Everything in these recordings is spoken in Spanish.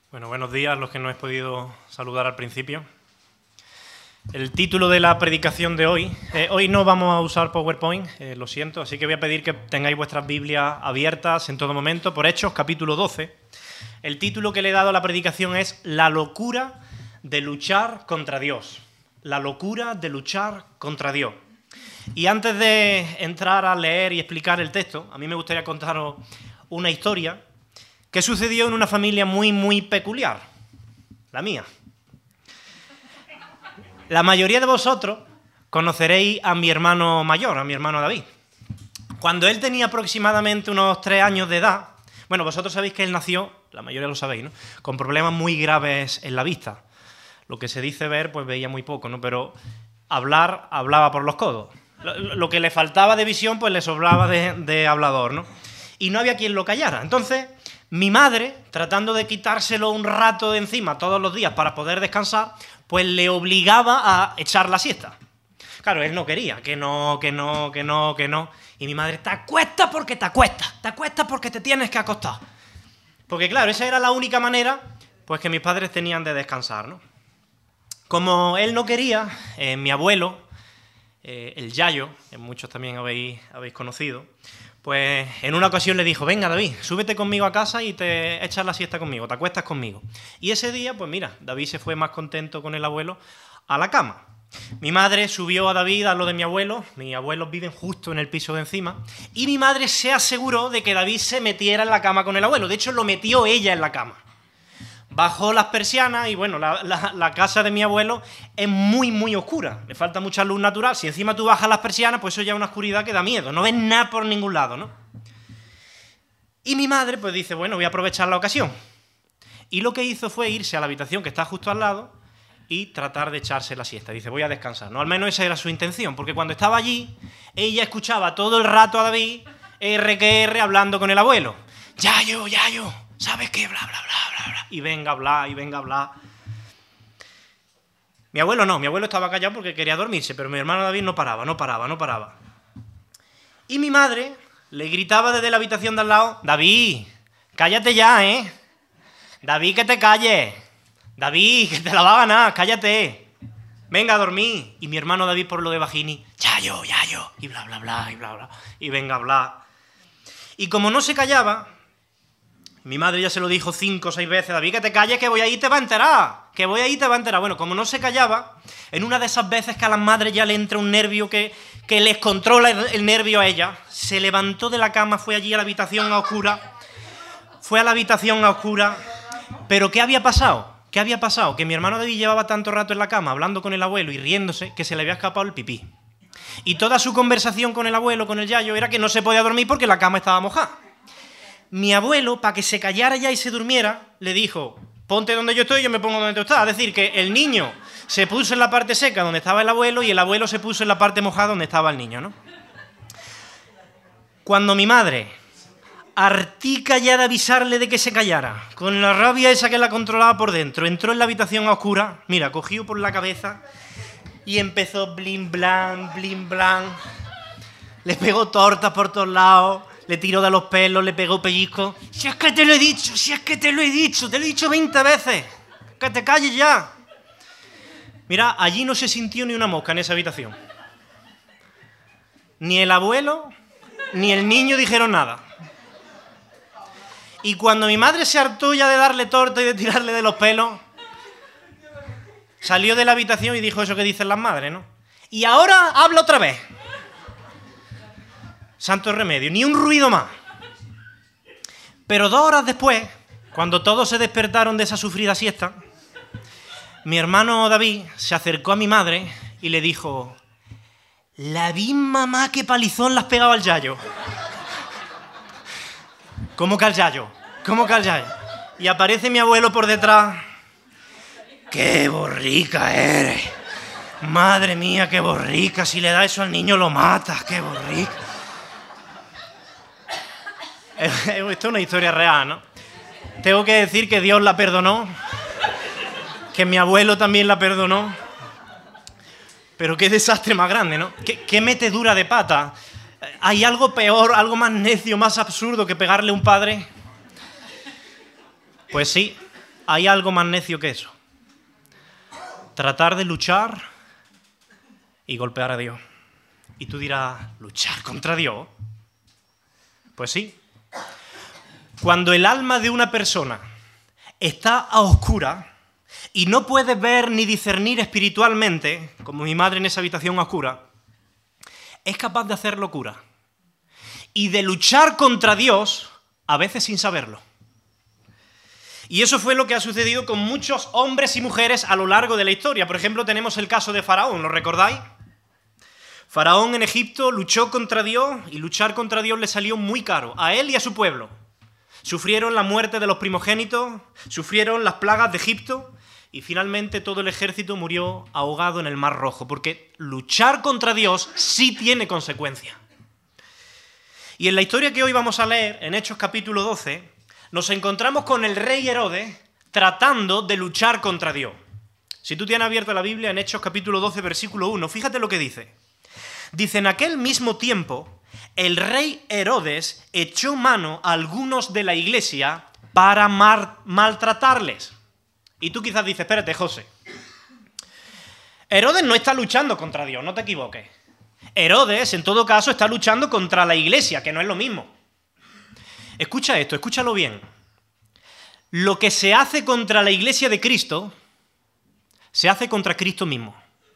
Bueno, buenos días a los que no he podido saludar al principio. El título de la predicación de hoy, hoy no vamos a usar PowerPoint, lo siento, así que voy a pedir que tengáis vuestras Biblias abiertas en todo momento, por Hechos, capítulo 12. El título que le he dado a la predicación es La locura de luchar contra Dios. La locura de luchar contra Dios. Y antes de entrar a leer y explicar el texto, a mí me gustaría contaros una historia que sucedió en una familia muy peculiar, la mía. La mayoría de vosotros conoceréis a mi hermano mayor, a mi hermano David. Cuando él tenía aproximadamente unos 3 años de edad, bueno, vosotros sabéis que él nació, la mayoría lo sabéis, ¿no?, con problemas muy graves en la vista. Lo que se dice ver, pues veía muy poco, ¿no?, pero hablaba por los codos. Lo que le faltaba de visión, pues le sobraba de hablador, ¿no? Y no había quien lo callara. Entonces, mi madre, tratando de quitárselo un rato de encima todos los días para poder descansar, pues le obligaba a echar la siesta. Claro, él no quería, que no. Y mi madre, te acuestas porque te acuestas porque te tienes que acostar. Porque claro, esa era la única manera, pues, que mis padres tenían de descansar, ¿no? Como él no quería, mi abuelo, el Yayo, que muchos también habéis conocido, pues en una ocasión le dijo, venga David, súbete conmigo a casa y te echas la siesta conmigo, te acuestas conmigo. Y ese día, pues mira, David se fue más contento con el abuelo a la cama. Mi madre subió a David a lo de mi abuelo, mis abuelos viven justo en el piso de encima, y mi madre se aseguró de que David se metiera en la cama con el abuelo, de hecho lo metió ella en la cama. Bajó las persianas y bueno, la casa de mi abuelo es muy oscura, le falta mucha luz natural. Si encima tú bajas las persianas, pues eso ya es una oscuridad que da miedo, no ves nada por ningún lado, ¿no? Y mi madre pues dice, bueno, voy a aprovechar la ocasión. Y lo que hizo fue irse a la habitación que está justo al lado y tratar de echarse la siesta. Dice, voy a descansar, ¿no? Al menos esa era su intención, porque cuando estaba allí, ella escuchaba todo el rato a David, R hablando con el abuelo. Yayo, ¿sabes qué? Bla, bla, bla, bla, bla. Y venga a hablar. Mi abuelo estaba callado porque quería dormirse, pero mi hermano David no paraba. Y mi madre le gritaba desde la habitación de al lado, David, cállate ya, ¿eh? David, que te calles. David, que te la va a ganar, cállate. Venga a dormir. Y mi hermano David por lo de bajini, Yayo. Y bla, bla, bla, y bla, bla. Y venga a hablar. Y como no se callaba, mi madre ya se lo dijo 5 o 6 veces, David, que te calles, que voy ahí y te va a enterar. Bueno, como no se callaba, en una de esas veces que a las madres ya le entra un nervio que les controla el nervio a ella, se levantó de la cama, fue allí a la habitación a oscura. Pero ¿qué había pasado? Que mi hermano David llevaba tanto rato en la cama hablando con el abuelo y riéndose que se le había escapado el pipí. Y toda su conversación con el abuelo, con el Yayo, era que no se podía dormir porque la cama estaba mojada. Mi abuelo, para que se callara ya y se durmiera, le dijo, ponte donde yo estoy y yo me pongo donde tú estás. Es decir, que el niño se puso en la parte seca donde estaba el abuelo y el abuelo se puso en la parte mojada donde estaba el niño, ¿no? Cuando mi madre, hartica ya de avisarle de que se callara, con la rabia esa que la controlaba por dentro, entró en la habitación a oscuras, mira, cogió por la cabeza y empezó blin blan, le pegó tortas por todos lados, le tiró de los pelos, le pegó pellizcos. Si es que te lo he dicho 20 veces, que te calles ya. Mira, allí no se sintió ni una mosca en esa habitación. Ni el abuelo, ni el niño dijeron nada. Y cuando mi madre se hartó ya de darle torta y de tirarle de los pelos, salió de la habitación y dijo eso que dicen las madres, ¿no? Y ahora habla otra vez. Santo remedio, ni un ruido más. Pero 2 horas después, cuando todos se despertaron de esa sufrida siesta, mi hermano David se acercó a mi madre y le dijo, la vi mamá qué palizón le has pegado al Yayo. ¿Cómo que al Yayo? Y aparece mi abuelo por detrás. ¡Qué borrica eres! Madre mía, qué borrica. Si le da eso al niño lo matas, qué borrica. Esto es una historia real, ¿no? Tengo que decir que Dios la perdonó, que mi abuelo también la perdonó, pero qué desastre más grande, ¿no? Qué metedura de pata. ¿Hay algo peor, algo más necio, más absurdo que pegarle a un padre? Pues sí, hay algo más necio que eso. Tratar de luchar y golpear a Dios. Y tú dirás, ¿luchar contra Dios? Pues sí. Cuando el alma de una persona está a oscuras y no puede ver ni discernir espiritualmente, como mi madre en esa habitación oscura, es capaz de hacer locura y de luchar contra Dios, a veces sin saberlo. Y eso fue lo que ha sucedido con muchos hombres y mujeres a lo largo de la historia. Por ejemplo, tenemos el caso de Faraón, ¿lo recordáis? Faraón en Egipto luchó contra Dios y luchar contra Dios le salió muy caro, a él y a su pueblo. Sufrieron la muerte de los primogénitos, sufrieron las plagas de Egipto y finalmente todo el ejército murió ahogado en el Mar Rojo, porque luchar contra Dios sí tiene consecuencias. Y en la historia que hoy vamos a leer, en Hechos capítulo 12, nos encontramos con el rey Herodes tratando de luchar contra Dios. Si tú tienes abierta la Biblia, en Hechos capítulo 12, versículo 1, fíjate lo que dice. Dice, en aquel mismo tiempo, el rey Herodes echó mano a algunos de la iglesia para maltratarles. Y tú quizás dices, espérate, José, Herodes no está luchando contra Dios, no te equivoques. Herodes, en todo caso, está luchando contra la iglesia, que no es lo mismo. Escucha esto, escúchalo bien. Lo que se hace contra la iglesia de Cristo, se hace contra Cristo mismo.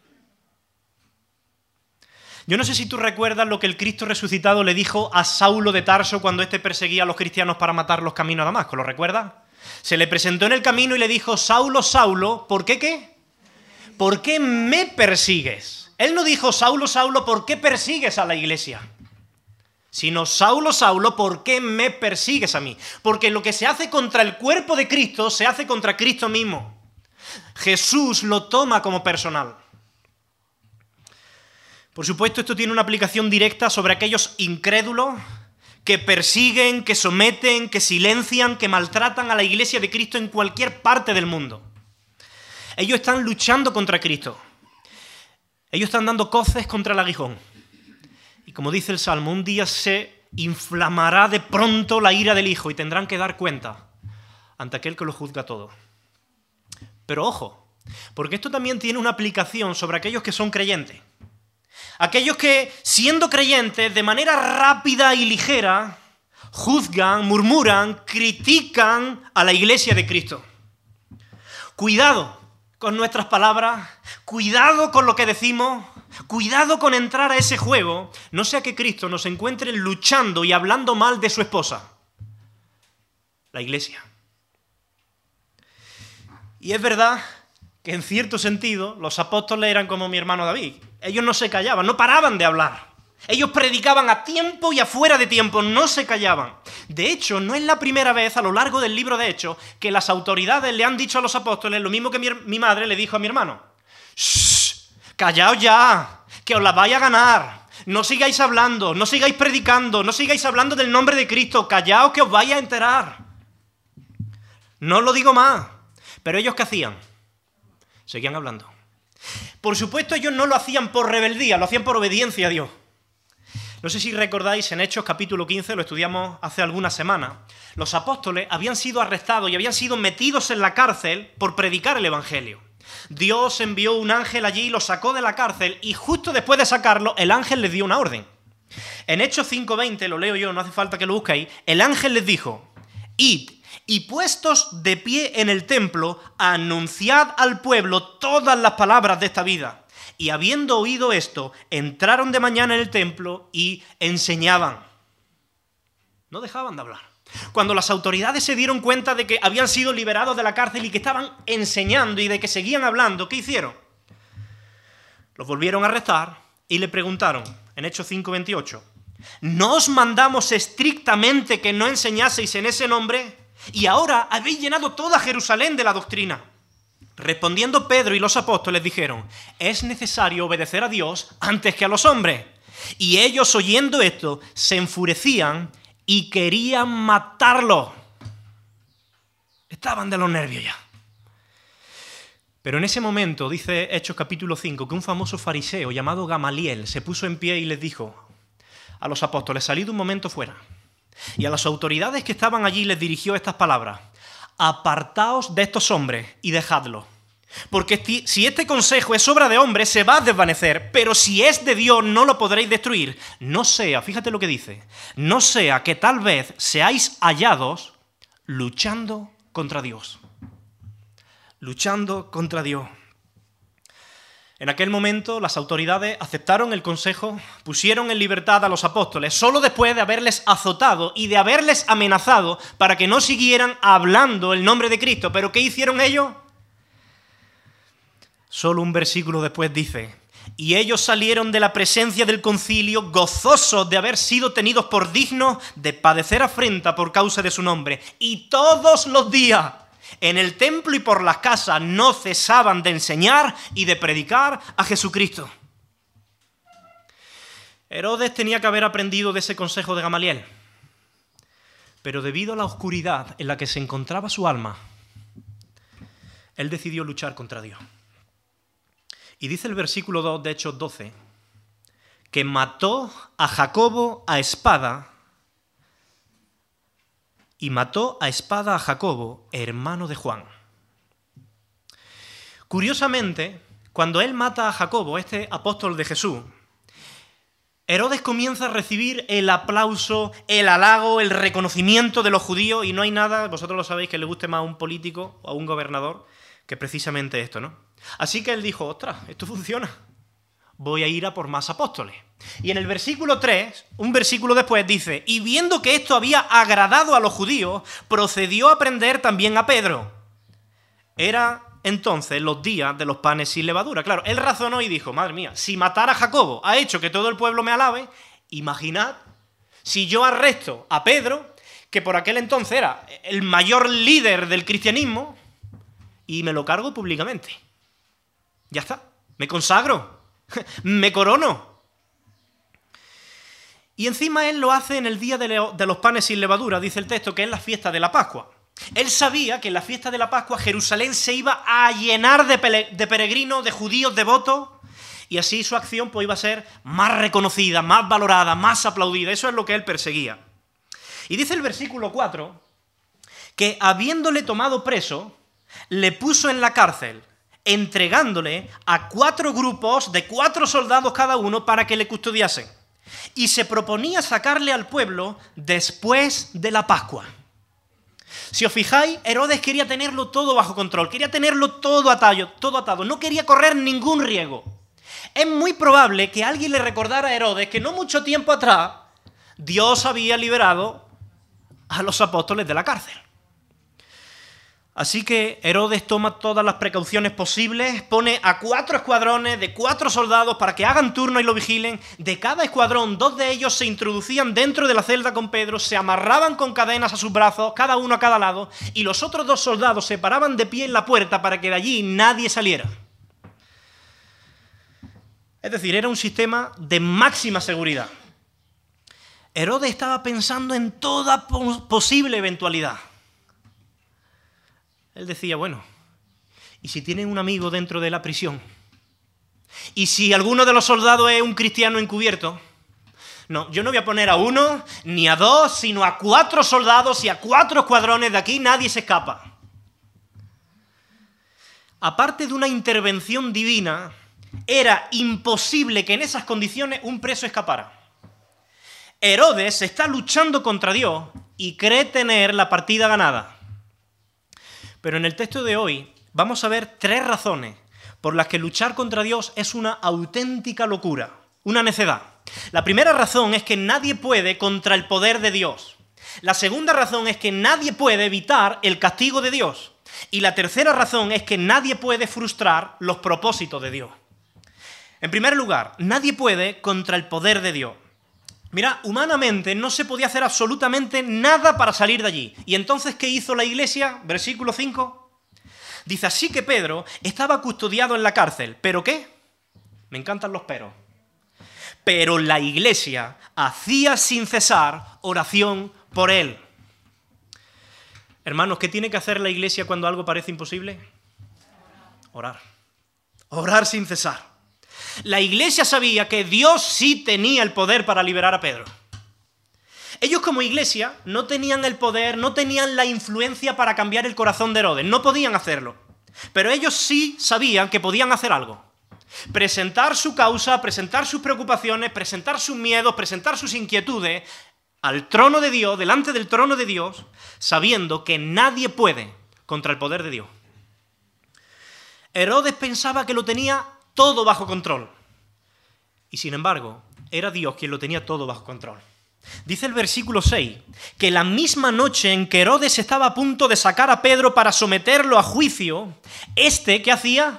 Yo no sé si tú recuerdas lo que el Cristo resucitado le dijo a Saulo de Tarso cuando éste perseguía a los cristianos para matarlos camino a Damasco, ¿lo recuerdas? Se le presentó en el camino y le dijo, Saulo, Saulo, ¿por qué qué? ¿Por qué me persigues? Él no dijo, Saulo, Saulo, ¿por qué persigues a la iglesia? Sino, Saulo, Saulo, ¿por qué me persigues a mí? Porque lo que se hace contra el cuerpo de Cristo, se hace contra Cristo mismo. Jesús lo toma como personal. Por supuesto, esto tiene una aplicación directa sobre aquellos incrédulos que persiguen, que someten, que silencian, que maltratan a la iglesia de Cristo en cualquier parte del mundo. Ellos están luchando contra Cristo. Ellos están dando coces contra el aguijón. Y como dice el Salmo, un día se inflamará de pronto la ira del Hijo y tendrán que dar cuenta ante aquel que lo juzga todo. Pero ojo, porque esto también tiene una aplicación sobre aquellos que son creyentes. Aquellos que, siendo creyentes, de manera rápida y ligera, juzgan, murmuran, critican a la iglesia de Cristo. Cuidado con nuestras palabras, cuidado con lo que decimos, cuidado con entrar a ese juego, no sea que Cristo nos encuentre luchando y hablando mal de su esposa, la iglesia. Y es verdad que en cierto sentido los apóstoles eran como mi hermano David. Ellos no se callaban, no paraban de hablar. Ellos predicaban a tiempo y afuera de tiempo, no se callaban. De hecho, no es la primera vez a lo largo del libro de Hechos que las autoridades le han dicho a los apóstoles lo mismo que mi madre le dijo a mi hermano. ¡Shh! ¡Callaos ya! ¡Que os la vais a ganar! No sigáis hablando, no sigáis predicando, no sigáis hablando del nombre de Cristo. ¡Callaos que os vais a enterar! No lo digo más. Pero ellos, ¿qué hacían? Seguían hablando. Por supuesto, ellos no lo hacían por rebeldía, lo hacían por obediencia a Dios. No sé si recordáis, en Hechos capítulo 15, lo estudiamos hace algunas semanas, los apóstoles habían sido arrestados y habían sido metidos en la cárcel por predicar el Evangelio. Dios envió un ángel allí, los sacó de la cárcel y justo después de sacarlo, el ángel les dio una orden. En Hechos 5:20, lo leo yo, no hace falta que lo busquéis, el ángel les dijo, id y puestos de pie en el templo, anunciad al pueblo todas las palabras de esta vida. Y habiendo oído esto, entraron de mañana en el templo y enseñaban. No dejaban de hablar. Cuando las autoridades se dieron cuenta de que habían sido liberados de la cárcel y que estaban enseñando y de que seguían hablando, ¿qué hicieron? Los volvieron a arrestar y le preguntaron, en Hechos 5:28, ¿no os mandamos estrictamente que no enseñaseis en ese nombre? Y ahora habéis llenado toda Jerusalén de la doctrina. Respondiendo Pedro y los apóstoles dijeron, es necesario obedecer a Dios antes que a los hombres. Y ellos, oyendo esto, se enfurecían y querían matarlo. Estaban de los nervios ya. Pero en ese momento, dice Hechos capítulo 5, que un famoso fariseo llamado Gamaliel se puso en pie y les dijo a los apóstoles, salid un momento fuera. Y a las autoridades que estaban allí les dirigió estas palabras. apartaos de estos hombres y dejadlos. Porque si este consejo es obra de hombres, se va a desvanecer, pero si es de Dios, no lo podréis destruir. No sea, fíjate lo que dice, no sea que tal vez seáis hallados luchando contra Dios. Luchando contra Dios. En aquel momento las autoridades aceptaron el consejo, pusieron en libertad a los apóstoles, solo después de haberles azotado y de haberles amenazado para que no siguieran hablando el nombre de Cristo. ¿Pero qué hicieron ellos? Solo un versículo después dice, y ellos salieron de la presencia del concilio gozosos de haber sido tenidos por dignos de padecer afrenta por causa de su nombre. Y todos los días en el templo y por las casas no cesaban de enseñar y de predicar a Jesucristo. Herodes tenía que haber aprendido de ese consejo de Gamaliel, pero debido a la oscuridad en la que se encontraba su alma, él decidió luchar contra Dios. Y dice el versículo 2 de Hechos 12, que mató a Jacobo a espada, y mató a espada a Jacobo, hermano de Juan. Curiosamente, cuando él mata a Jacobo, este apóstol de Jesús, Herodes comienza a recibir el aplauso, el halago, el reconocimiento de los judíos, y no hay nada, vosotros lo sabéis, que le guste más a un político o a un gobernador que precisamente esto, ¿no? Así que él dijo, ostras, esto funciona, voy a ir a por más apóstoles. Y en el versículo 3, un versículo después, dice, y viendo que esto había agradado a los judíos, procedió a prender también a Pedro. Era entonces los días de los panes sin levadura. Claro, él razonó y dijo, madre mía, si matar a Jacobo ha hecho que todo el pueblo me alabe, imaginad si yo arresto a Pedro, que por aquel entonces era el mayor líder del cristianismo, y me lo cargo públicamente. Ya está, me consagro, me corono. Y encima él lo hace en el día de los panes sin levadura, dice el texto, que es la fiesta de la Pascua. Él sabía que en la fiesta de la Pascua Jerusalén se iba a llenar de peregrinos, de judíos devotos, y así su acción pues, iba a ser más reconocida, más valorada, más aplaudida. Eso es lo que él perseguía. Y dice el versículo 4, que habiéndole tomado preso, le puso en la cárcel, entregándole a 4 grupos de 4 soldados cada uno para que le custodiasen. Y se proponía sacarle al pueblo después de la Pascua. Si os fijáis, Herodes quería tenerlo todo bajo control, quería tenerlo todo atado, no quería correr ningún riesgo. Es muy probable que alguien le recordara a Herodes que no mucho tiempo atrás Dios había liberado a los apóstoles de la cárcel. Así que Herodes toma todas las precauciones posibles, pone a 4 escuadrones de 4 soldados para que hagan turno y lo vigilen. De cada escuadrón, 2 de ellos se introducían dentro de la celda con Pedro, se amarraban con cadenas a sus brazos, cada uno a cada lado, y los otros 2 soldados se paraban de pie en la puerta para que de allí nadie saliera. Es decir, era un sistema de máxima seguridad. Herodes estaba pensando en toda posible eventualidad. Él decía, bueno, ¿y si tienen un amigo dentro de la prisión? ¿Y si alguno de los soldados es un cristiano encubierto? No, yo no voy a poner a 1 ni a 2, sino a 4 soldados y a 4 escuadrones. De aquí nadie se escapa. Aparte de una intervención divina, era imposible que en esas condiciones un preso escapara. Herodes está luchando contra Dios y cree tener la partida ganada. Pero en el texto de hoy vamos a ver 3 razones por las que luchar contra Dios es una auténtica locura, una necedad. La primera razón es que nadie puede contra el poder de Dios. La segunda razón es que nadie puede evitar el castigo de Dios. Y la tercera razón es que nadie puede frustrar los propósitos de Dios. En primer lugar, nadie puede contra el poder de Dios. Mira, humanamente no se podía hacer absolutamente nada para salir de allí. ¿Y entonces qué hizo la iglesia? Versículo 5. Dice, así que Pedro estaba custodiado en la cárcel. ¿Pero qué? Me encantan los peros. Pero la iglesia hacía sin cesar oración por él. Hermanos, ¿qué tiene que hacer la iglesia cuando algo parece imposible? Orar. Orar sin cesar. La iglesia sabía que Dios sí tenía el poder para liberar a Pedro. Ellos como iglesia no tenían el poder, no tenían la influencia para cambiar el corazón de Herodes, no podían hacerlo. Pero ellos sí sabían que podían hacer algo. Presentar su causa, presentar sus preocupaciones, presentar sus miedos, presentar sus inquietudes al trono de Dios, delante del trono de Dios, sabiendo que nadie puede contra el poder de Dios. Herodes pensaba que lo tenía todo bajo control. Y sin embargo, era Dios quien lo tenía todo bajo control. Dice el versículo 6, que la misma noche en que Herodes estaba a punto de sacar a Pedro para someterlo a juicio, ¿qué hacía?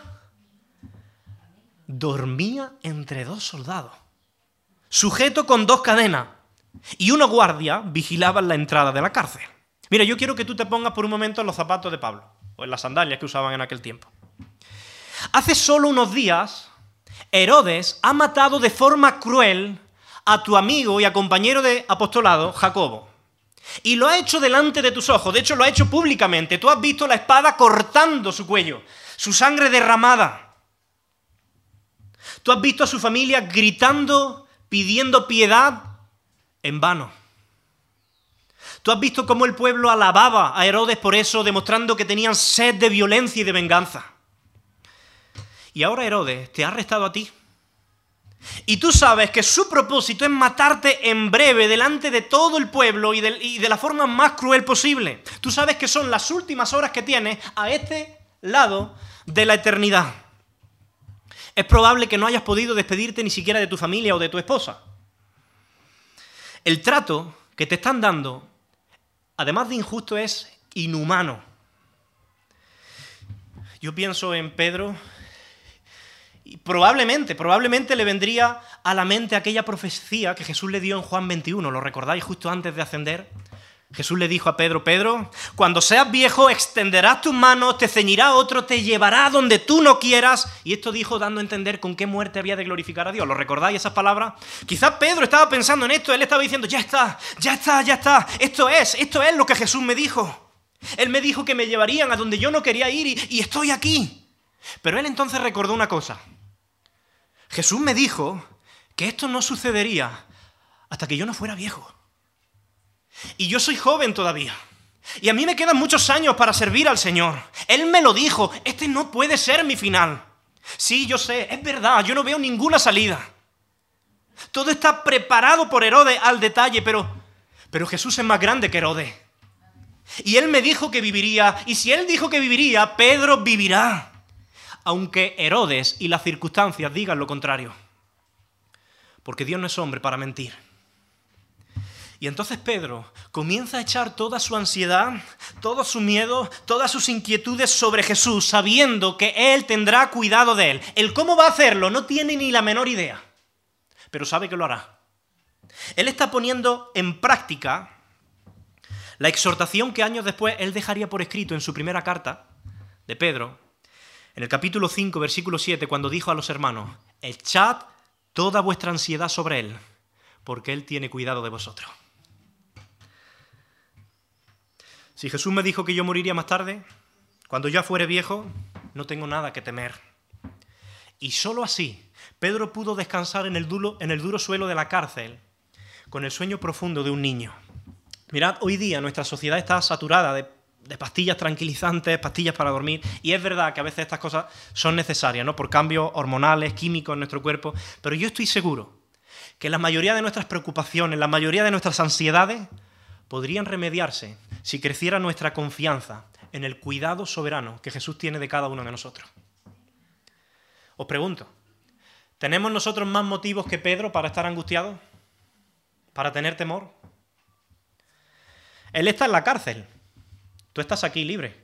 Dormía entre dos soldados, sujeto con dos cadenas, y una guardia vigilaba la entrada de la cárcel. Mira, yo quiero que tú te pongas por un momento en los zapatos de Pablo, o en las sandalias que usaban en aquel tiempo. Hace solo unos días, Herodes ha matado de forma cruel a tu amigo y a compañero de apostolado, Jacobo. Y lo ha hecho delante de tus ojos, de hecho lo ha hecho públicamente. Tú has visto la espada cortando su cuello, su sangre derramada. Tú has visto a su familia gritando, pidiendo piedad en vano. Tú has visto cómo el pueblo alababa a Herodes por eso, demostrando que tenían sed de violencia y de venganza. Y ahora Herodes te ha arrestado a ti. Y tú sabes que su propósito es matarte en breve delante de todo el pueblo y de la forma más cruel posible. Tú sabes que son las últimas horas que tienes a este lado de la eternidad. Es probable que no hayas podido despedirte ni siquiera de tu familia o de tu esposa. El trato que te están dando, además de injusto, es inhumano. Yo pienso en Pedro. Y probablemente le vendría a la mente aquella profecía que Jesús le dio en Juan 21. ¿Lo recordáis? Justo antes de ascender, Jesús le dijo a Pedro: Pedro, cuando seas viejo extenderás tus manos, te ceñirá otro, te llevará donde tú no quieras. Y esto dijo dando a entender con qué muerte había de glorificar a Dios. ¿Lo recordáis esas palabras? Quizás Pedro estaba pensando en esto, él estaba diciendo: ya está, esto es lo que Jesús me dijo. Él me dijo que me llevarían a donde yo no quería ir y estoy aquí. Pero él entonces recordó una cosa. Jesús me dijo que esto no sucedería hasta que yo no fuera viejo. Y yo soy joven todavía. Y a mí me quedan muchos años para servir al Señor. Él me lo dijo, este no puede ser mi final. Sí, yo sé, es verdad, yo no veo ninguna salida. Todo está preparado por Herodes al detalle, pero Jesús es más grande que Herodes. Y él me dijo que viviría, y si él dijo que viviría, Pedro vivirá. Aunque Herodes y las circunstancias digan lo contrario. Porque Dios no es hombre para mentir. Y entonces Pedro comienza a echar toda su ansiedad, todo su miedo, todas sus inquietudes sobre Jesús, sabiendo que Él tendrá cuidado de él. El cómo va a hacerlo no tiene ni la menor idea, pero sabe que lo hará. Él está poniendo en práctica la exhortación que años después él dejaría por escrito en su primera carta de Pedro, en el capítulo 5, versículo 7, cuando dijo a los hermanos: echad toda vuestra ansiedad sobre Él, porque Él tiene cuidado de vosotros. Si Jesús me dijo que yo moriría más tarde, cuando ya fuere viejo, no tengo nada que temer. Y solo así, Pedro pudo descansar en el duro suelo de la cárcel, con el sueño profundo de un niño. Mirad, hoy día nuestra sociedad está saturada de pastillas tranquilizantes, pastillas para dormir, y es verdad que a veces estas cosas son necesarias, ¿no? Por cambios hormonales, químicos en nuestro cuerpo, pero yo estoy seguro que la mayoría de nuestras preocupaciones, la mayoría de nuestras ansiedades podrían remediarse si creciera nuestra confianza en el cuidado soberano que Jesús tiene de cada uno de nosotros. Os pregunto, ¿tenemos nosotros más motivos que Pedro para estar angustiados? ¿Para tener temor? Él está en la cárcel. Tú estás aquí libre.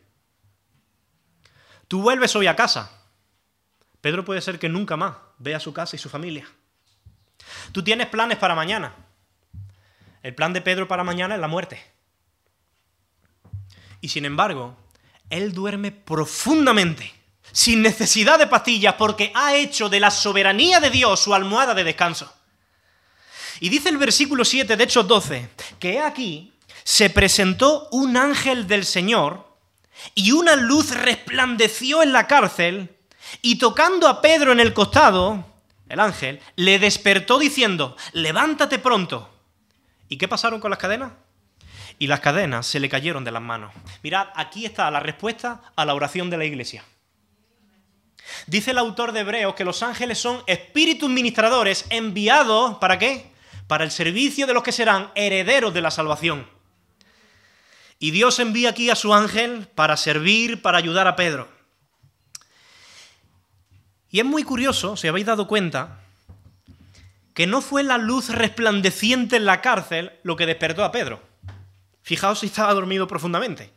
Tú vuelves hoy a casa. Pedro puede ser que nunca más vea su casa y su familia. Tú tienes planes para mañana. El plan de Pedro para mañana es la muerte. Y sin embargo, él duerme profundamente, sin necesidad de pastillas, porque ha hecho de la soberanía de Dios su almohada de descanso. Y dice el versículo 7 de Hechos 12, que aquí se presentó un ángel del Señor y una luz resplandeció en la cárcel y tocando a Pedro en el costado, el ángel le despertó diciendo: levántate pronto. ¿Y qué pasaron con las cadenas? Y las cadenas se le cayeron de las manos. Mirad, aquí está la respuesta a la oración de la Iglesia. Dice el autor de Hebreos que los ángeles son espíritus ministradores enviados, ¿para qué? Para el servicio de los que serán herederos de la salvación. Y Dios envía aquí a su ángel para servir, para ayudar a Pedro. Y es muy curioso, si habéis dado cuenta, que no fue la luz resplandeciente en la cárcel lo que despertó a Pedro. Fijaos si estaba dormido profundamente.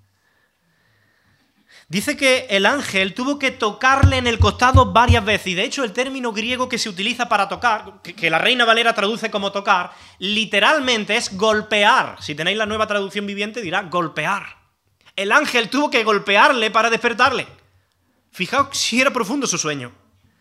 Dice que el ángel tuvo que tocarle en el costado varias veces, y de hecho el término griego que se utiliza para tocar, que la Reina Valera traduce como tocar, literalmente es golpear. Si tenéis la Nueva Traducción Viviente dirá golpear. El ángel tuvo que golpearle para despertarle. Fijaos si era profundo su sueño.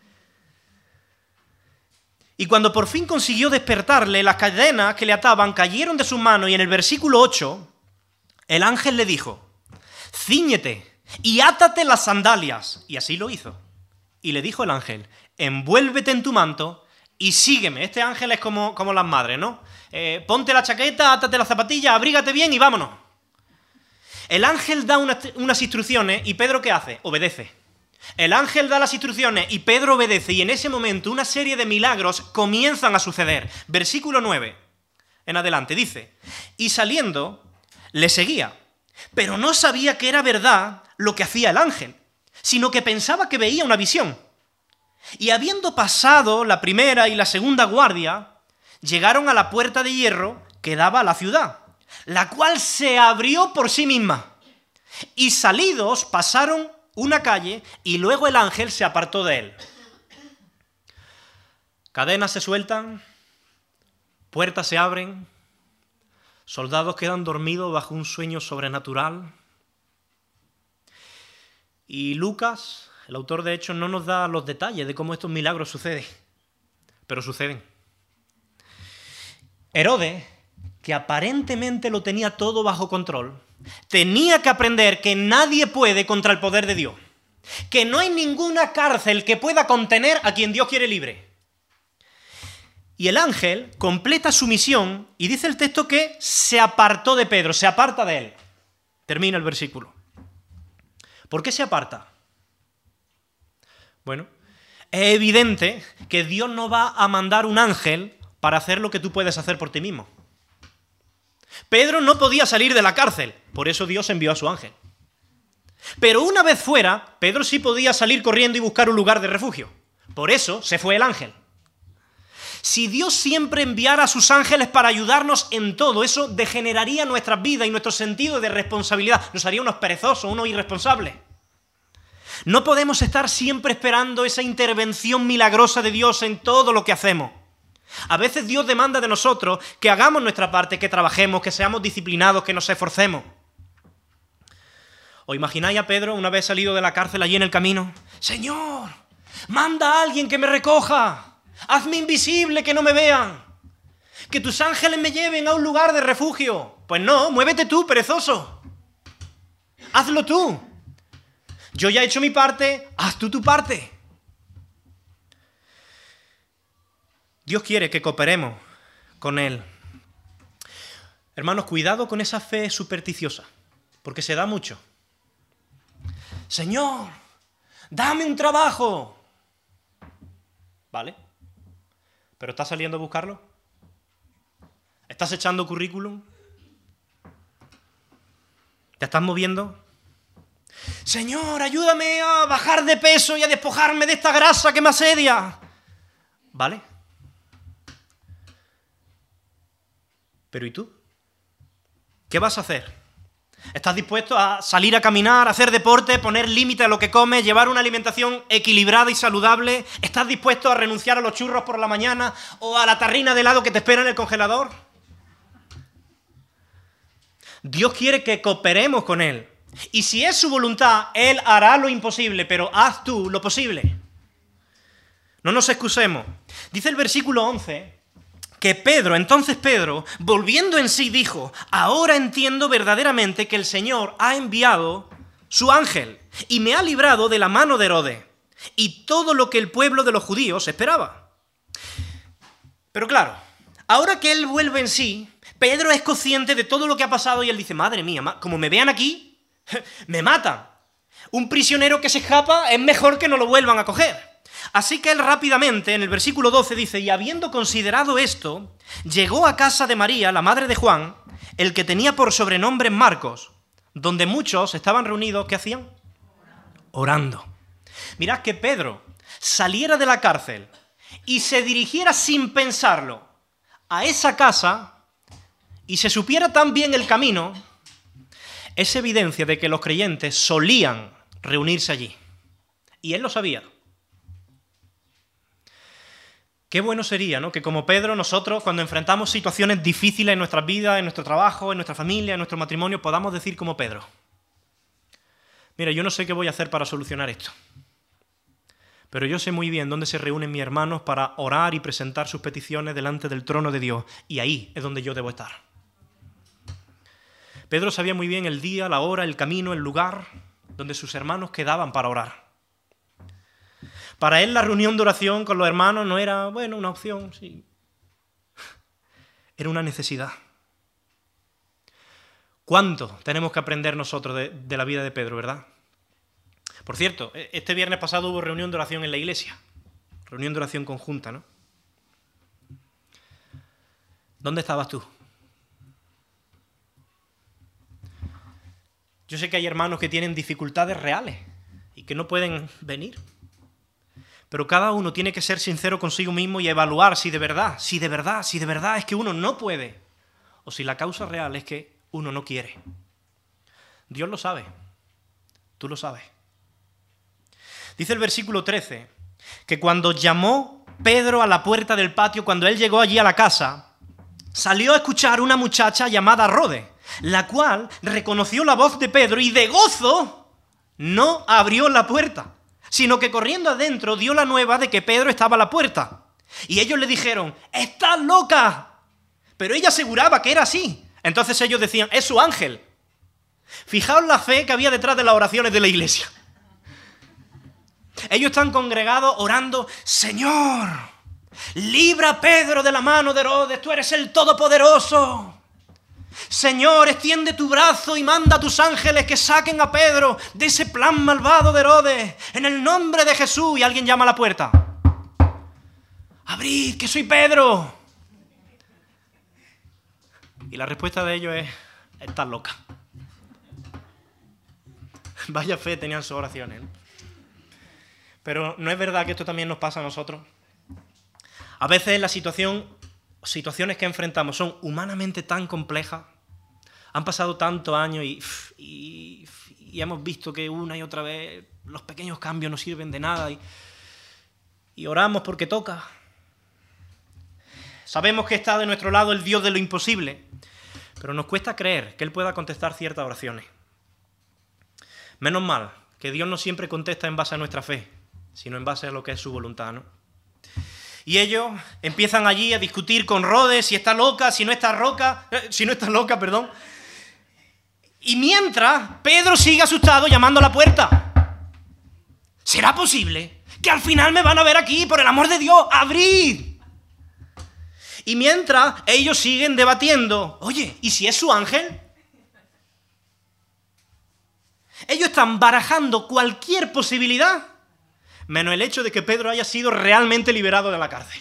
Y cuando por fin consiguió despertarle, las cadenas que le ataban cayeron de sus manos, y en el versículo 8, el ángel le dijo: cíñete y átate las sandalias. Y así lo hizo. Y le dijo el ángel: envuélvete en tu manto y sígueme. Este ángel es como las madres, ¿no? Ponte la chaqueta, átate las zapatillas, abrígate bien y vámonos. El ángel da unas instrucciones y Pedro, ¿qué hace? Obedece. El ángel da las instrucciones y Pedro obedece, y en ese momento una serie de milagros comienzan a suceder. Versículo 9 en adelante dice: y saliendo le seguía, pero no sabía que era verdad lo que hacía el ángel, sino que pensaba que veía una visión. Y habiendo pasado la primera y la segunda guardia, llegaron a la puerta de hierro que daba a la ciudad, la cual se abrió por sí misma. Y salidos pasaron una calle, y luego el ángel se apartó de él. Cadenas se sueltan, puertas se abren, soldados quedan dormidos bajo un sueño sobrenatural. Y Lucas, el autor de Hechos, no nos da los detalles de cómo estos milagros suceden, pero suceden. Herodes, que aparentemente lo tenía todo bajo control, tenía que aprender que nadie puede contra el poder de Dios, que no hay ninguna cárcel que pueda contener a quien Dios quiere libre. Y el ángel completa su misión y dice el texto que se apartó de Pedro, se aparta de él. Termina el versículo. ¿Por qué se aparta? Bueno, es evidente que Dios no va a mandar un ángel para hacer lo que tú puedes hacer por ti mismo. Pedro no podía salir de la cárcel, por eso Dios envió a su ángel. Pero una vez fuera, Pedro sí podía salir corriendo y buscar un lugar de refugio. Por eso se fue el ángel. Si Dios siempre enviara a sus ángeles para ayudarnos en todo, eso degeneraría nuestras vidas y nuestro sentido de responsabilidad. Nos haría unos perezosos, unos irresponsables. No podemos estar siempre esperando esa intervención milagrosa de Dios en todo lo que hacemos. A veces Dios demanda de nosotros que hagamos nuestra parte, que trabajemos, que seamos disciplinados, que nos esforcemos. ¿Os imagináis a Pedro una vez salido de la cárcel allí en el camino? ¡Señor, manda a alguien que me recoja! ¡Hazme invisible, que no me vean! ¡Que tus ángeles me lleven a un lugar de refugio! Pues no, muévete tú, perezoso. Hazlo tú. Yo ya he hecho mi parte, haz tú tu parte. Dios quiere que cooperemos con Él. Hermanos, cuidado con esa fe supersticiosa, porque se da mucho. Señor, dame un trabajo. ¿Vale? ¿Pero estás saliendo a buscarlo? ¿Estás echando currículum? ¿Te estás moviendo? Señor, ayúdame a bajar de peso y a despojarme de esta grasa que me asedia. ¿Vale? ¿Pero y tú? ¿Qué vas a hacer? ¿Estás dispuesto a salir a caminar, a hacer deporte, poner límite a lo que comes, llevar una alimentación equilibrada y saludable? ¿Estás dispuesto a renunciar a los churros por la mañana o a la tarrina de helado que te espera en el congelador? Dios quiere que cooperemos con Él. Y si es su voluntad, Él hará lo imposible, pero haz tú lo posible. No nos excusemos. Dice el versículo 11... entonces Pedro, volviendo en sí, dijo: ahora entiendo verdaderamente que el Señor ha enviado su ángel y me ha librado de la mano de Herodes y todo lo que el pueblo de los judíos esperaba. Pero claro, ahora que él vuelve en sí, Pedro es consciente de todo lo que ha pasado y él dice, madre mía, como me vean aquí, me matan. Un prisionero que se escapa es mejor que no lo vuelvan a coger. Así que él rápidamente, en el versículo 12, dice, y habiendo considerado esto, llegó a casa de María, la madre de Juan, el que tenía por sobrenombre Marcos, donde muchos estaban reunidos, ¿qué hacían? Orando. Mirad que Pedro saliera de la cárcel y se dirigiera sin pensarlo a esa casa y se supiera tan bien el camino, es evidencia de que los creyentes solían reunirse allí. Y él lo sabía. Qué bueno sería, ¿no?, que como Pedro nosotros, cuando enfrentamos situaciones difíciles en nuestras vidas, en nuestro trabajo, en nuestra familia, en nuestro matrimonio, podamos decir como Pedro, mira, yo no sé qué voy a hacer para solucionar esto, pero yo sé muy bien dónde se reúnen mis hermanos para orar y presentar sus peticiones delante del trono de Dios, y ahí es donde yo debo estar. Pedro sabía muy bien el día, la hora, el camino, el lugar donde sus hermanos quedaban para orar. Para él la reunión de oración con los hermanos no era, bueno, una opción, sí. Era una necesidad. ¿Cuánto tenemos que aprender nosotros de la vida de Pedro, verdad? Por cierto, este viernes pasado hubo reunión de oración en la iglesia. Reunión de oración conjunta, ¿no? ¿Dónde estabas tú? Yo sé que hay hermanos que tienen dificultades reales y que no pueden venir. Pero cada uno tiene que ser sincero consigo mismo y evaluar si de verdad es que uno no puede, o si la causa real es que uno no quiere. Dios lo sabe, tú lo sabes. Dice el versículo 13, que cuando llamó Pedro a la puerta del patio, cuando él llegó allí a la casa, salió a escuchar una muchacha llamada Rode, la cual reconoció la voz de Pedro y de gozo no abrió la puerta, sino que corriendo adentro dio la nueva de que Pedro estaba a la puerta. Y ellos le dijeron, ¡estás loca! Pero ella aseguraba que era así. Entonces ellos decían, es su ángel. Fijaos la fe que había detrás de las oraciones de la iglesia. Ellos están congregados orando, Señor, libra a Pedro de la mano de Herodes, tú eres el Todopoderoso. Señor, extiende tu brazo y manda a tus ángeles que saquen a Pedro de ese plan malvado de Herodes, en el nombre de Jesús. Y alguien llama a la puerta. Abrid, que soy Pedro. Y la respuesta de ellos es, estás loca. Vaya fe tenían sus oraciones, ¿no? Pero ¿no es verdad que esto también nos pasa a nosotros? A veces situaciones que enfrentamos son humanamente tan complejas, han pasado tantos años y hemos visto que una y otra vez los pequeños cambios no sirven de nada y oramos porque toca. Sabemos que está de nuestro lado el Dios de lo imposible, pero nos cuesta creer que Él pueda contestar ciertas oraciones. Menos mal que Dios no siempre contesta en base a nuestra fe, sino en base a lo que es su voluntad, ¿no? Y ellos empiezan allí a discutir con Rode si está loca, si no está loca, perdón. Y mientras, Pedro sigue asustado llamando a la puerta. ¿Será posible que al final me van a ver aquí? Por el amor de Dios, abrid. Y mientras, ellos siguen debatiendo. Oye, ¿y si es su ángel? Ellos están barajando cualquier posibilidad, menos el hecho de que Pedro haya sido realmente liberado de la cárcel.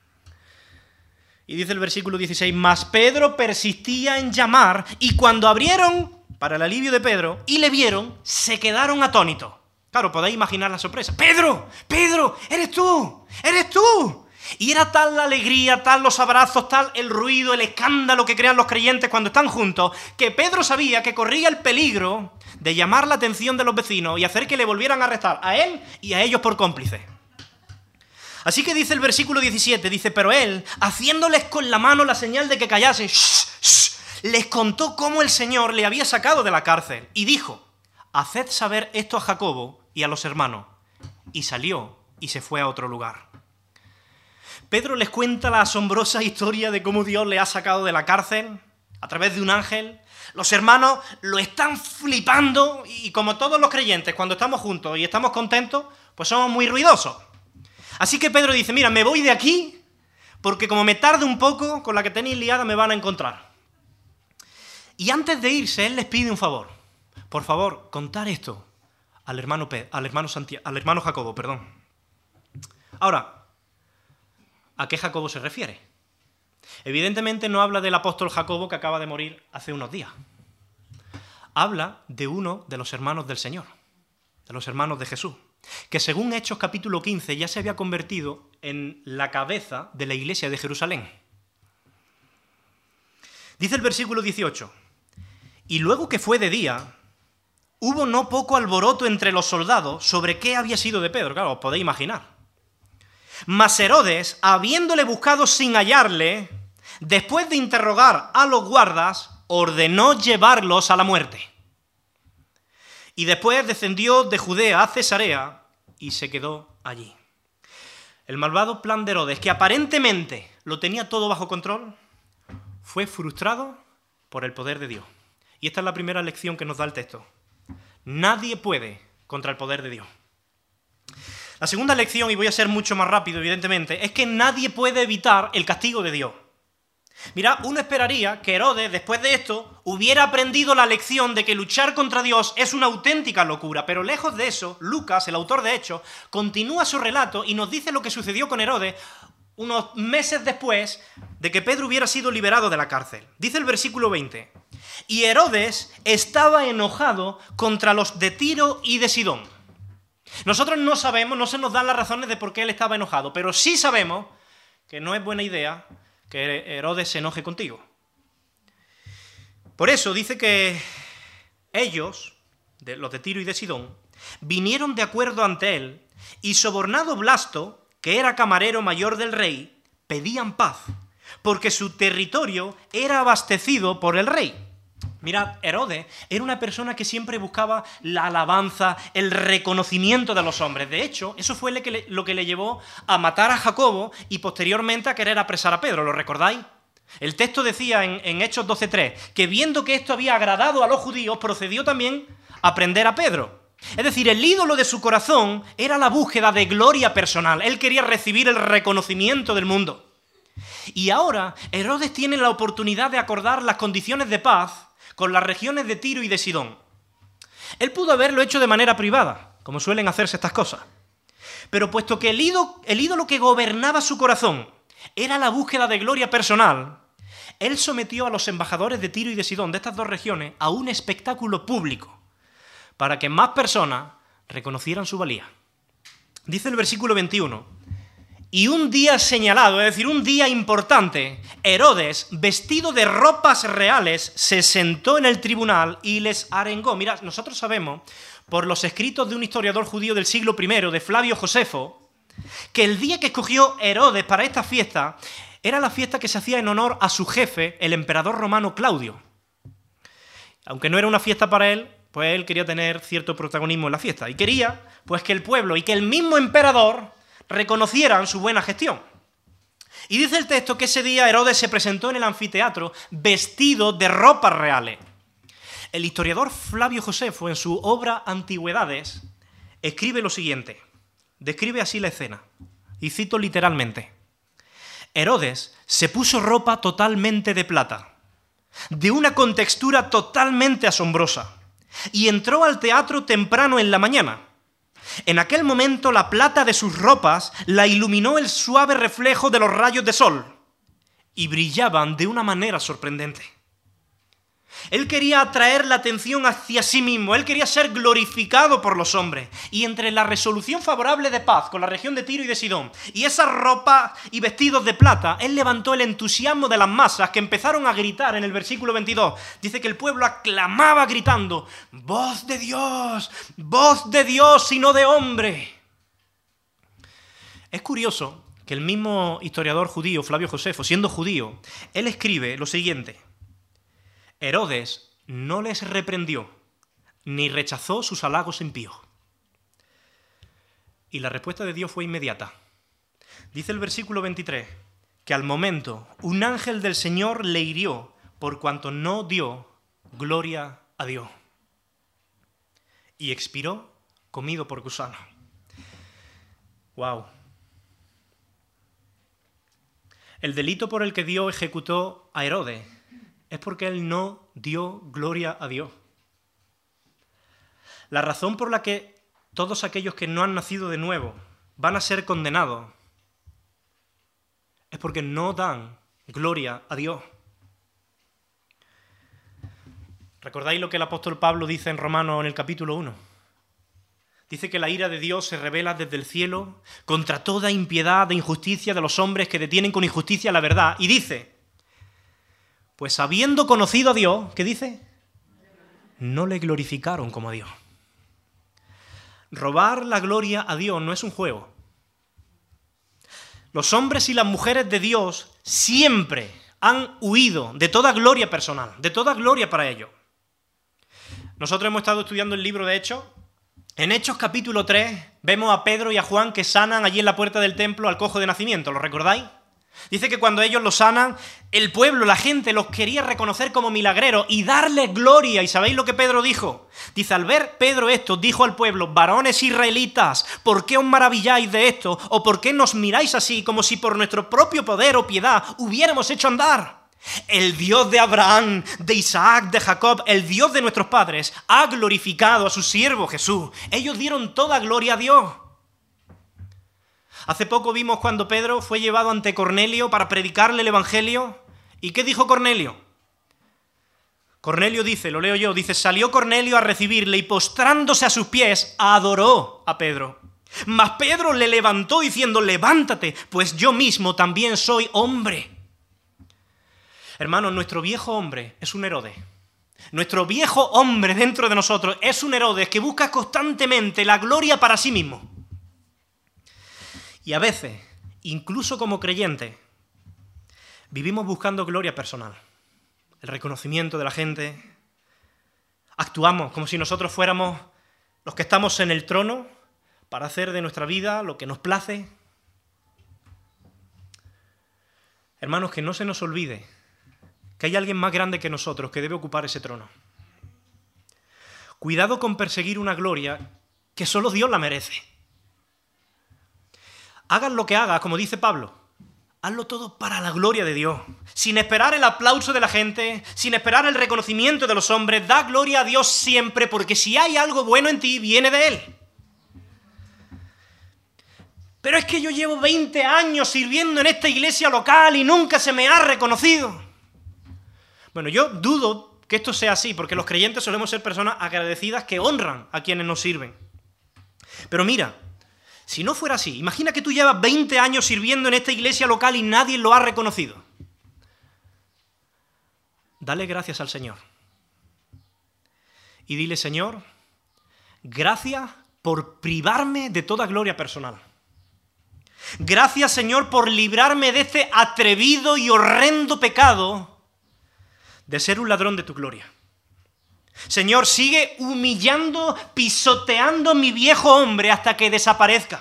Y dice el versículo 16, mas Pedro persistía en llamar, y cuando abrieron, para el alivio de Pedro, y le vieron, se quedaron atónitos. Claro, podéis imaginar la sorpresa. ¡Pedro! ¡Pedro! ¡Eres tú! ¡Eres tú! Y era tal la alegría, tal los abrazos, tal el ruido, el escándalo que crean los creyentes cuando están juntos, que Pedro sabía que corría el peligro de llamar la atención de los vecinos y hacer que le volvieran a arrestar a él y a ellos por cómplices. Así que dice el versículo 17, dice, pero él, haciéndoles con la mano la señal de que callasen, les contó cómo el Señor le había sacado de la cárcel y dijo, haced saber esto a Jacobo y a los hermanos. Y salió y se fue a otro lugar. Pedro les cuenta la asombrosa historia de cómo Dios le ha sacado de la cárcel a través de un ángel. Los hermanos lo están flipando y como todos los creyentes, cuando estamos juntos y estamos contentos, pues somos muy ruidosos. Así que Pedro dice, mira, me voy de aquí porque como me tarde un poco, con la que tenéis liada me van a encontrar. Y antes de irse, él les pide un favor. Por favor, contar esto al hermano Jacobo, perdón. Ahora, ¿a qué Jacobo se refiere? Evidentemente no habla del apóstol Jacobo que acaba de morir hace unos días. Habla de uno de los hermanos del Señor, de los hermanos de Jesús, que según Hechos capítulo 15 ya se había convertido en la cabeza de la iglesia de Jerusalén. Dice el versículo 18, y luego que fue de día, hubo no poco alboroto entre los soldados sobre qué había sido de Pedro. Claro, os podéis imaginar. Mas Herodes, habiéndole buscado sin hallarle, después de interrogar a los guardas, ordenó llevarlos a la muerte. Y después descendió de Judea a Cesarea y se quedó allí. El malvado plan de Herodes, que aparentemente lo tenía todo bajo control, fue frustrado por el poder de Dios. Y esta es la primera lección que nos da el texto. Nadie puede contra el poder de Dios. La segunda lección, y voy a ser mucho más rápido, evidentemente, es que nadie puede evitar el castigo de Dios. Mira, uno esperaría que Herodes, después de esto, hubiera aprendido la lección de que luchar contra Dios es una auténtica locura, pero lejos de eso, Lucas, el autor de Hechos, continúa su relato y nos dice lo que sucedió con Herodes unos meses después de que Pedro hubiera sido liberado de la cárcel. Dice el versículo 20, y Herodes estaba enojado contra los de Tiro y de Sidón. Nosotros no sabemos, no se nos dan las razones de por qué él estaba enojado, pero sí sabemos que no es buena idea que Herodes se enoje contigo. Por eso dice que ellos, los de Tiro y de Sidón, vinieron de acuerdo ante él y sobornado Blasto, que era camarero mayor del rey, pedían paz, porque su territorio era abastecido por el rey. Mirad, Herodes era una persona que siempre buscaba la alabanza, el reconocimiento de los hombres. De hecho, eso fue lo que le llevó a matar a Jacobo y posteriormente a querer apresar a Pedro. ¿Lo recordáis? El texto decía en Hechos 12:3 que viendo que esto había agradado a los judíos, procedió también a prender a Pedro. Es decir, el ídolo de su corazón era la búsqueda de gloria personal. Él quería recibir el reconocimiento del mundo. Y ahora Herodes tiene la oportunidad de acordar las condiciones de paz con las regiones de Tiro y de Sidón. Él pudo haberlo hecho de manera privada, como suelen hacerse estas cosas. Pero puesto que el ídolo que gobernaba su corazón era la búsqueda de gloria personal, él sometió a los embajadores de Tiro y de Sidón, de estas dos regiones, a un espectáculo público, para que más personas reconocieran su valía. Dice el versículo 21, y un día señalado, es decir, un día importante, Herodes, vestido de ropas reales, se sentó en el tribunal y les arengó. Mirad, nosotros sabemos, por los escritos de un historiador judío del siglo I, de Flavio Josefo, que el día que escogió Herodes para esta fiesta era la fiesta que se hacía en honor a su jefe, el emperador romano Claudio. Aunque no era una fiesta para él, pues él quería tener cierto protagonismo en la fiesta. Y quería, pues, que el pueblo y que el mismo emperador reconocieran su buena gestión. Y dice el texto que ese día Herodes se presentó en el anfiteatro vestido de ropas reales. El historiador Flavio Josefo, en su obra Antigüedades, escribe lo siguiente, describe así la escena, y cito literalmente: Herodes se puso ropa totalmente de plata, de una contextura totalmente asombrosa, y entró al teatro temprano en la mañana. En aquel momento la plata de sus ropas la iluminó el suave reflejo de los rayos de sol y brillaban de una manera sorprendente. Él quería atraer la atención hacia sí mismo, él quería ser glorificado por los hombres. Y entre la resolución favorable de paz con la región de Tiro y de Sidón y esas ropas y vestidos de plata, él levantó el entusiasmo de las masas que empezaron a gritar en el versículo 22. Dice que el pueblo aclamaba gritando: ¡voz de Dios y no de hombre! Es curioso que el mismo historiador judío, Flavio Josefo, siendo judío, él escribe lo siguiente: Herodes no les reprendió, ni rechazó sus halagos impíos. Y la respuesta de Dios fue inmediata. Dice el versículo 23, que al momento un ángel del Señor le hirió por cuanto no dio gloria a Dios. Y expiró comido por gusano. ¡Wow! El delito por el que Dios ejecutó a Herodes es porque él no dio gloria a Dios. La razón por la que todos aquellos que no han nacido de nuevo van a ser condenados es porque no dan gloria a Dios. ¿Recordáis lo que el apóstol Pablo dice en Romanos en el capítulo 1? Dice que la ira de Dios se revela desde el cielo contra toda impiedad e injusticia de los hombres que detienen con injusticia la verdad. Y dice, pues habiendo conocido a Dios, ¿qué dice? No le glorificaron como a Dios. Robar la gloria a Dios no es un juego. Los hombres y las mujeres de Dios siempre han huido de toda gloria personal, de toda gloria para ellos. Nosotros hemos estado estudiando el libro de Hechos. En Hechos capítulo 3 vemos a Pedro y a Juan que sanan allí en la puerta del templo al cojo de nacimiento. ¿Lo recordáis? Dice que cuando ellos lo sanan, el pueblo, la gente, los quería reconocer como milagreros y darles gloria. ¿Y sabéis lo que Pedro dijo? Dice, al ver Pedro esto, dijo al pueblo, varones israelitas, ¿por qué os maravilláis de esto? ¿O por qué nos miráis así, como si por nuestro propio poder o piedad hubiéramos hecho andar? El Dios de Abraham, de Isaac, de Jacob, el Dios de nuestros padres, ha glorificado a su siervo Jesús. Ellos dieron toda gloria a Dios. Hace poco vimos cuando Pedro fue llevado ante Cornelio para predicarle el Evangelio. ¿Y qué dijo Cornelio? Cornelio dice, lo leo yo, dice, salió Cornelio a recibirle y postrándose a sus pies, adoró a Pedro. Mas Pedro le levantó diciendo, levántate, pues yo mismo también soy hombre. Hermanos, nuestro viejo hombre es un Herodes. Nuestro viejo hombre dentro de nosotros es un Herodes que busca constantemente la gloria para sí mismo. Y a veces, incluso como creyentes, vivimos buscando gloria personal, el reconocimiento de la gente. Actuamos como si nosotros fuéramos los que estamos en el trono para hacer de nuestra vida lo que nos place. Hermanos, que no se nos olvide que hay alguien más grande que nosotros que debe ocupar ese trono. Cuidado con perseguir una gloria que solo Dios la merece. Hagas lo que hagas, como dice Pablo, hazlo todo para la gloria de Dios, sin esperar el aplauso de la gente, sin esperar el reconocimiento de los hombres. Da gloria a Dios siempre, porque si hay algo bueno en ti, viene de Él. Pero es que yo llevo 20 años sirviendo en esta iglesia local y nunca se me ha reconocido. Bueno, yo dudo que esto sea así, porque los creyentes solemos ser personas agradecidas que honran a quienes nos sirven. Pero mira, si no fuera así, imagina que tú llevas 20 años sirviendo en esta iglesia local y nadie lo ha reconocido. Dale gracias al Señor. Y dile, Señor, gracias por privarme de toda gloria personal. Gracias, Señor, por librarme de este atrevido y horrendo pecado de ser un ladrón de tu gloria. Señor, sigue humillando, pisoteando mi viejo hombre hasta que desaparezca.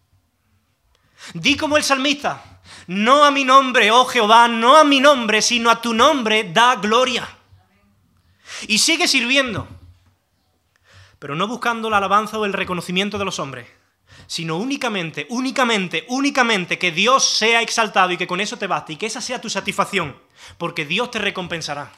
Di como el salmista, no a mi nombre, oh Jehová, no a mi nombre, sino a tu nombre da gloria. Y sigue sirviendo, pero no buscando la alabanza o el reconocimiento de los hombres, sino únicamente que Dios sea exaltado y que con eso te basta y que esa sea tu satisfacción, porque Dios te recompensará.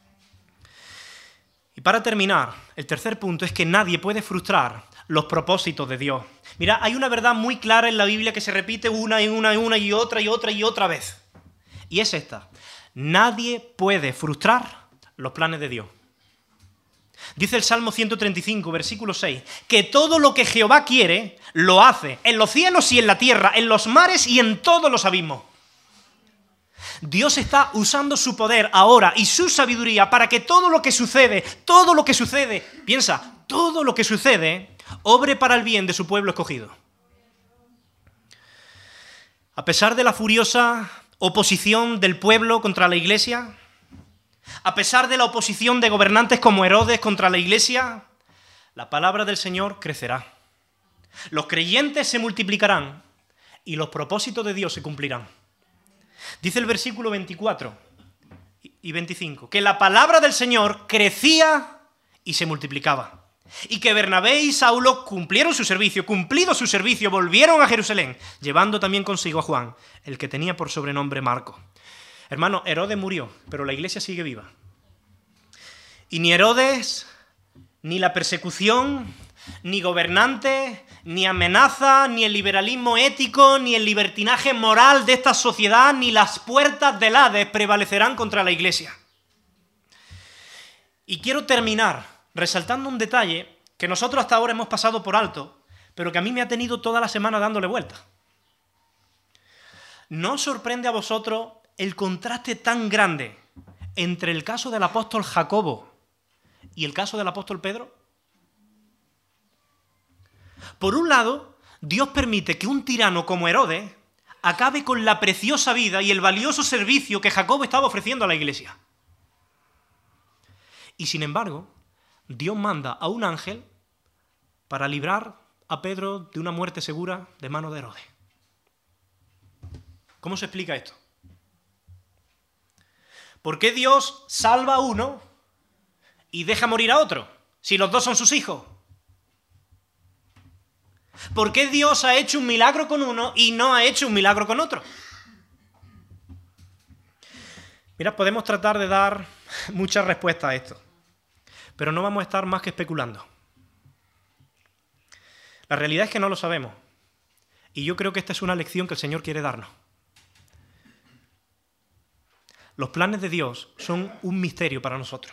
Y para terminar, el tercer punto es que nadie puede frustrar los propósitos de Dios. Mira, hay una verdad muy clara en la Biblia que se repite una y otra vez. Y es esta. Nadie puede frustrar los planes de Dios. Dice el Salmo 135, versículo 6, que todo lo que Jehová quiere, lo hace, en los cielos y en la tierra, en los mares y en todos los abismos. Dios está usando su poder ahora y su sabiduría para que todo lo que sucede, piensa, todo lo que sucede, obre para el bien de su pueblo escogido. A pesar de la furiosa oposición del pueblo contra la iglesia, a pesar de la oposición de gobernantes como Herodes contra la iglesia, la palabra del Señor crecerá. Los creyentes se multiplicarán y los propósitos de Dios se cumplirán. Dice el versículo 24 y 25, que la palabra del Señor crecía y se multiplicaba. Y que Bernabé y Saulo cumplieron su servicio, cumplido su servicio, volvieron a Jerusalén, llevando también consigo a Juan, el que tenía por sobrenombre Marcos. Hermano, Herodes murió, pero la iglesia sigue viva. Y ni Herodes, ni la persecución, ni gobernantes, ni amenaza, ni el liberalismo ético, ni el libertinaje moral de esta sociedad, ni las puertas del Hades prevalecerán contra la iglesia. Y quiero terminar resaltando un detalle que nosotros hasta ahora hemos pasado por alto, pero que a mí me ha tenido toda la semana dándole vuelta. ¿No os sorprende a vosotros el contraste tan grande entre el caso del apóstol Jacobo y el caso del apóstol Pedro? Por un lado, Dios permite que un tirano como Herodes acabe con la preciosa vida y el valioso servicio que Jacobo estaba ofreciendo a la iglesia. Y sin embargo, Dios manda a un ángel para librar a Pedro de una muerte segura de mano de Herodes. ¿Cómo se explica esto? ¿Por qué Dios salva a uno y deja morir a otro, si los dos son sus hijos? ¿Por qué Dios ha hecho un milagro con uno y no ha hecho un milagro con otro? Mira, podemos tratar de dar muchas respuestas a esto, pero no vamos a estar más que especulando. La realidad es que no lo sabemos, y yo creo que esta es una lección que el Señor quiere darnos. Los planes de Dios son un misterio para nosotros.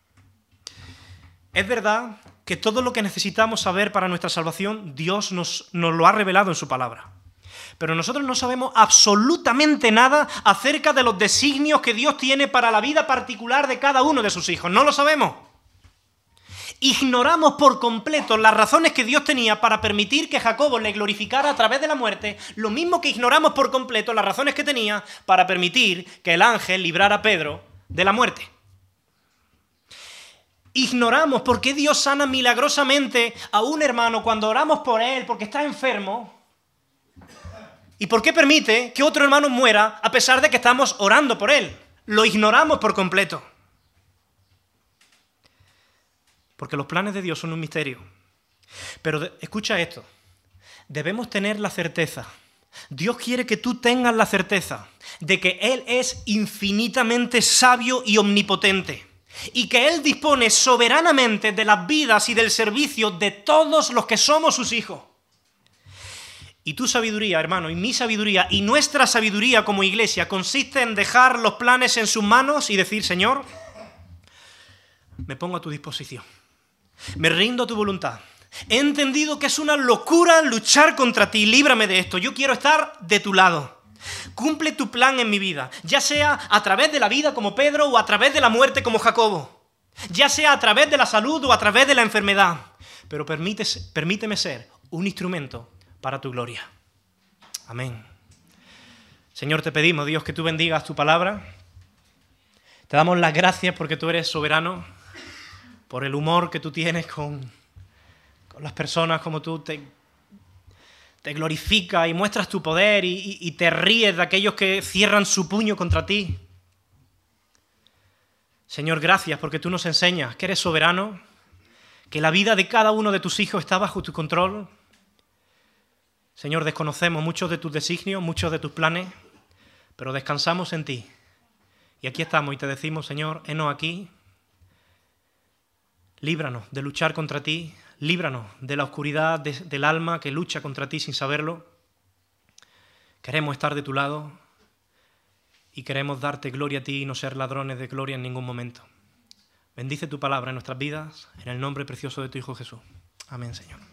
Es verdad que todo lo que necesitamos saber para nuestra salvación, Dios nos lo ha revelado en su palabra. Pero nosotros no sabemos absolutamente nada acerca de los designios que Dios tiene para la vida particular de cada uno de sus hijos. No lo sabemos. Ignoramos por completo las razones que Dios tenía para permitir que Jacobo le glorificara a través de la muerte, lo mismo que ignoramos por completo las razones que tenía para permitir que el ángel librara a Pedro de la muerte. Ignoramos por qué Dios sana milagrosamente a un hermano cuando oramos por él porque está enfermo y por qué permite que otro hermano muera a pesar de que estamos orando por él. Lo ignoramos por completo. Porque los planes de Dios son un misterio. Pero escucha esto, debemos tener la certeza, Dios quiere que tú tengas la certeza de que Él es infinitamente sabio y omnipotente, y que Él dispone soberanamente de las vidas y del servicio de todos los que somos sus hijos. Y tu sabiduría, hermano, y mi sabiduría, y nuestra sabiduría como iglesia consiste en dejar los planes en sus manos y decir, Señor, me pongo a tu disposición. Me rindo a tu voluntad. He entendido que es una locura luchar contra ti. Líbrame de esto. Yo quiero estar de tu lado. Cumple tu plan en mi vida, ya sea a través de la vida como Pedro o a través de la muerte como Jacobo. Ya sea a través de la salud o a través de la enfermedad. Pero permíteme ser un instrumento para tu gloria. Amén. Señor, te pedimos, Dios, que tú bendigas tu palabra. Te damos las gracias porque tú eres soberano, por el humor que tú tienes con las personas, como tú te glorificas y muestras tu poder y te ríes de aquellos que cierran su puño contra ti. Señor, gracias porque tú nos enseñas que eres soberano, que la vida de cada uno de tus hijos está bajo tu control. Señor, desconocemos muchos de tus designios, muchos de tus planes, pero descansamos en ti. Y aquí estamos y te decimos, Señor, henos aquí. Líbranos de luchar contra ti, líbranos de la oscuridad del alma que lucha contra ti sin saberlo. Queremos estar de tu lado y queremos darte gloria a ti y no ser ladrones de gloria en ningún momento. Bendice tu palabra en nuestras vidas, en el nombre precioso de tu Hijo Jesús. Amén, Señor.